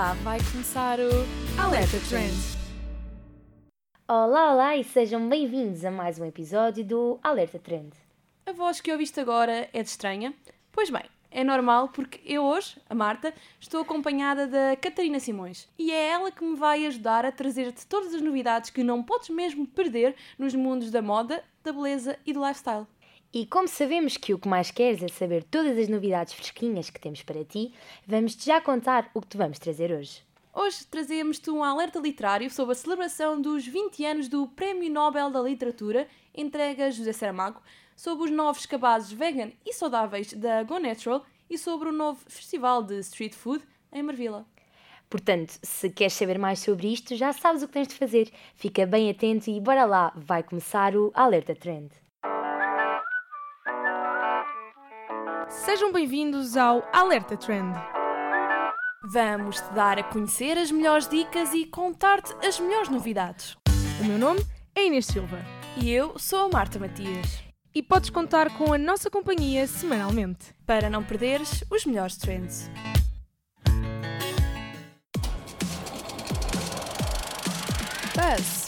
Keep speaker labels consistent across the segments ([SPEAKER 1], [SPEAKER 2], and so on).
[SPEAKER 1] Olá, vai começar o Alerta Trend.
[SPEAKER 2] Olá e sejam bem-vindos a mais um episódio do Alerta Trend.
[SPEAKER 1] A voz que ouviste agora é de estranha? Pois bem, é normal porque eu hoje, a Marta, estou acompanhada da Catarina Simões e é ela que me vai ajudar a trazer-te todas as novidades que não podes mesmo perder nos mundos da moda, da beleza e do lifestyle.
[SPEAKER 2] E como sabemos que o que mais queres é saber todas as novidades fresquinhas que temos para ti, vamos-te já contar o que te vamos trazer hoje.
[SPEAKER 1] Hoje trazemos-te um alerta literário sobre a celebração dos 20 anos do Prémio Nobel da Literatura, entregue a José Saramago, sobre os novos cabazes vegan e saudáveis da Go Natural e sobre o novo festival de street food em Marvila.
[SPEAKER 2] Portanto, se queres saber mais sobre isto, já sabes o que tens de fazer. Fica bem atento e bora lá, vai começar o Alerta Trend.
[SPEAKER 3] Sejam bem-vindos ao Alerta Trend.
[SPEAKER 1] Vamos-te dar a conhecer as melhores dicas e contar-te as melhores novidades.
[SPEAKER 3] O meu nome é Inês Silva
[SPEAKER 1] E eu sou a Marta Matias.
[SPEAKER 3] e podes contar com a nossa companhia semanalmente.
[SPEAKER 1] Para não perderes os melhores trends. Buzz.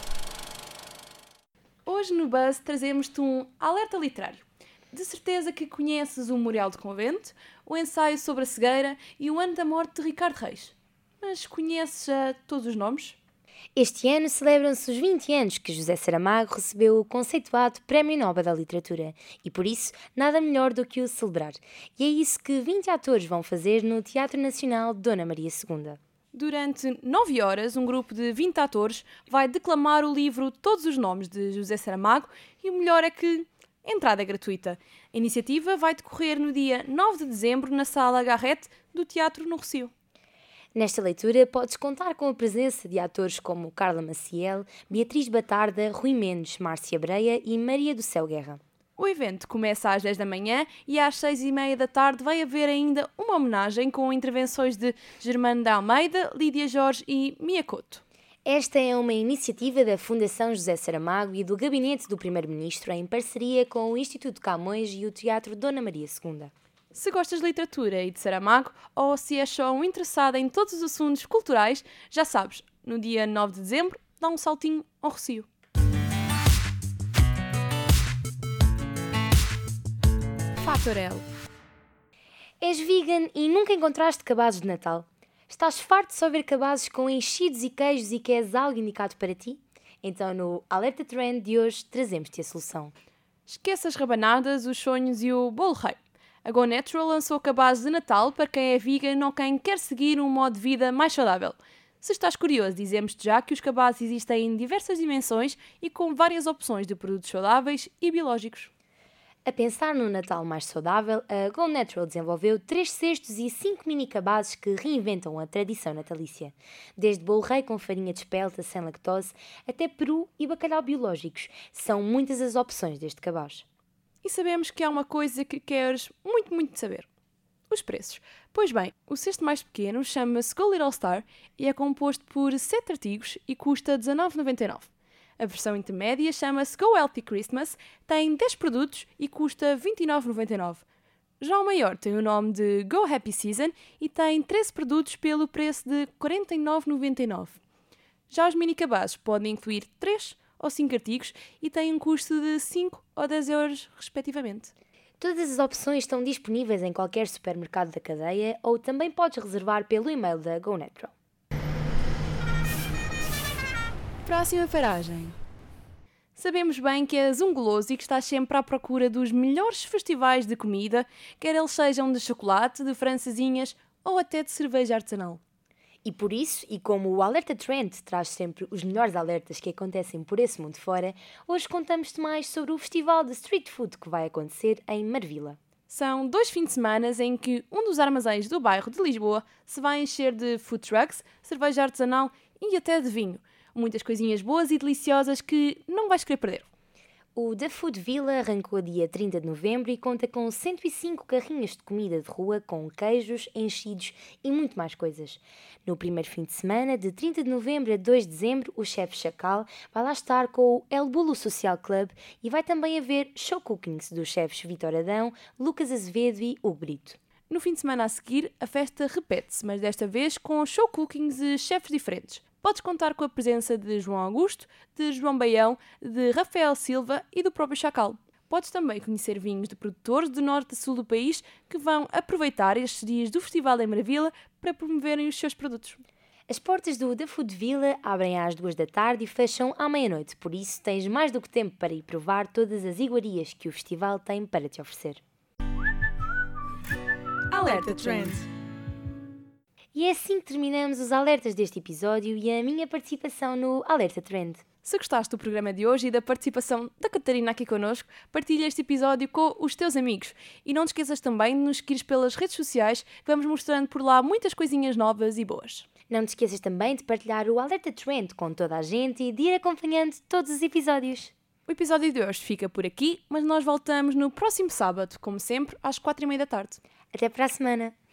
[SPEAKER 1] Hoje no Buzz trazemos-te um alerta literário. De certeza que conheces o Memorial de Convento, o ensaio sobre a cegueira e o ano da morte de Ricardo Reis. Mas conheces já todos os nomes?
[SPEAKER 2] Este ano celebram-se os 20 anos que José Saramago recebeu o conceituado Prémio Nobel da Literatura e, por isso, nada melhor do que o celebrar. E é isso que 20 atores vão fazer no Teatro Nacional Dona Maria II.
[SPEAKER 1] Durante 9 horas, um grupo de 20 atores vai declamar o livro Todos os Nomes de José Saramago e o melhor é que a entrada é gratuita. A iniciativa vai decorrer no dia 9 de dezembro na Sala Garrett do Teatro no Rossio.
[SPEAKER 2] Nesta leitura podes contar com a presença de atores como Carla Maciel, Beatriz Batarda, Rui Mendes, Márcia Breia e Maria do Céu Guerra.
[SPEAKER 1] O evento começa às 10 da manhã e às 6h30 da tarde vai haver ainda uma homenagem com intervenções de Germano da Almeida, Lídia Jorge e Mia Couto.
[SPEAKER 2] Esta é uma iniciativa da Fundação José Saramago e do Gabinete do Primeiro-Ministro em parceria com o Instituto Camões e o Teatro Dona Maria II.
[SPEAKER 1] Se gostas de literatura e de Saramago, ou se és só um interessado em todos os assuntos culturais, já sabes, no dia 9 de dezembro, dá um saltinho ao Rossio. Fator L.
[SPEAKER 2] És vegan e nunca encontraste cabazes de Natal? Estás farto de só ver cabazes com enchidos e queijos e queres algo indicado para ti? Então no Alerta Trend de hoje trazemos-te a solução.
[SPEAKER 1] Esqueça as rabanadas, os sonhos e o bolo rei. A Go Natural lançou cabazes de Natal para quem é vegan ou quem quer seguir um modo de vida mais saudável. Se estás curioso, dizemos-te já que os cabazes existem em diversas dimensões e com várias opções de produtos saudáveis e biológicos.
[SPEAKER 2] A pensar num Natal mais saudável, a Go Natural desenvolveu 3 cestos e 5 mini cabazes que reinventam a tradição natalícia. Desde bolo rei com farinha de espelta sem lactose até peru e bacalhau biológicos. São muitas as opções deste cabaz.
[SPEAKER 1] E sabemos que há uma coisa que queres muito saber. Os preços. Pois bem, o cesto mais pequeno chama-se Go Little Star e é composto por 7 artigos e custa 19,99. A versão intermédia chama-se Go Healthy Christmas, tem 10 produtos e custa 29,99. Já o maior tem o nome de Go Happy Season e tem 13 produtos pelo preço de 49,99. Já os mini cabazes podem incluir 3 ou 5 artigos e têm um custo de 5 ou 10 euros, respectivamente.
[SPEAKER 2] Todas as opções estão disponíveis em qualquer supermercado da cadeia ou também podes reservar pelo e-mail da Go Natural.
[SPEAKER 1] Próxima paragem. Sabemos bem que és um goloso e que estás sempre à procura dos melhores festivais de comida, quer eles sejam de chocolate, de francesinhas ou até de cerveja artesanal.
[SPEAKER 2] E por isso, e como o Alerta Trend traz sempre os melhores alertas que acontecem por esse mundo fora, hoje contamos-te mais sobre o festival de street food que vai acontecer em Marvila.
[SPEAKER 1] São 2 fins de semana em que um dos armazéns do bairro de Lisboa se vai encher de food trucks, cerveja artesanal e até de vinho. Muitas coisinhas boas e deliciosas que não vais querer perder.
[SPEAKER 2] O The Food Villa arrancou dia 30 de novembro e conta com 105 carrinhas de comida de rua com queijos, enchidos e muito mais coisas. No primeiro fim de semana, de 30 de novembro a 2 de dezembro, o chefe Chacal vai lá estar com o El Bulo Social Club e vai também haver show cookings dos chefes Vitor Adão, Lucas Azevedo e Hugo Brito.
[SPEAKER 1] No fim de semana a seguir, a festa repete-se, mas desta vez com show cookings de chefes diferentes. Podes contar com a presença de João Augusto, de João Baião, de Rafael Silva e do próprio Chacal. Podes também conhecer vinhos de produtores do norte e sul do país que vão aproveitar estes dias do Festival em Maravilha para promoverem os seus produtos.
[SPEAKER 2] As portas do The Food Villa abrem às 2 da tarde e fecham à meia-noite, por isso tens mais do que tempo para ir provar todas as iguarias que o festival tem para te oferecer.
[SPEAKER 3] Alerta Trend.
[SPEAKER 2] E é assim que terminamos os alertas deste episódio e a minha participação no Alerta Trend.
[SPEAKER 1] Se gostaste do programa de hoje e da participação da Catarina aqui connosco, partilha este episódio com os teus amigos. E não te esqueças também de nos seguires pelas redes sociais, que vamos mostrando por lá muitas coisinhas novas e boas.
[SPEAKER 2] Não te esqueças também de partilhar o Alerta Trend com toda a gente e de ir acompanhando todos os episódios.
[SPEAKER 1] O episódio de hoje fica por aqui, mas nós voltamos no próximo sábado, como sempre, às 4h30 da tarde.
[SPEAKER 2] Até para a semana!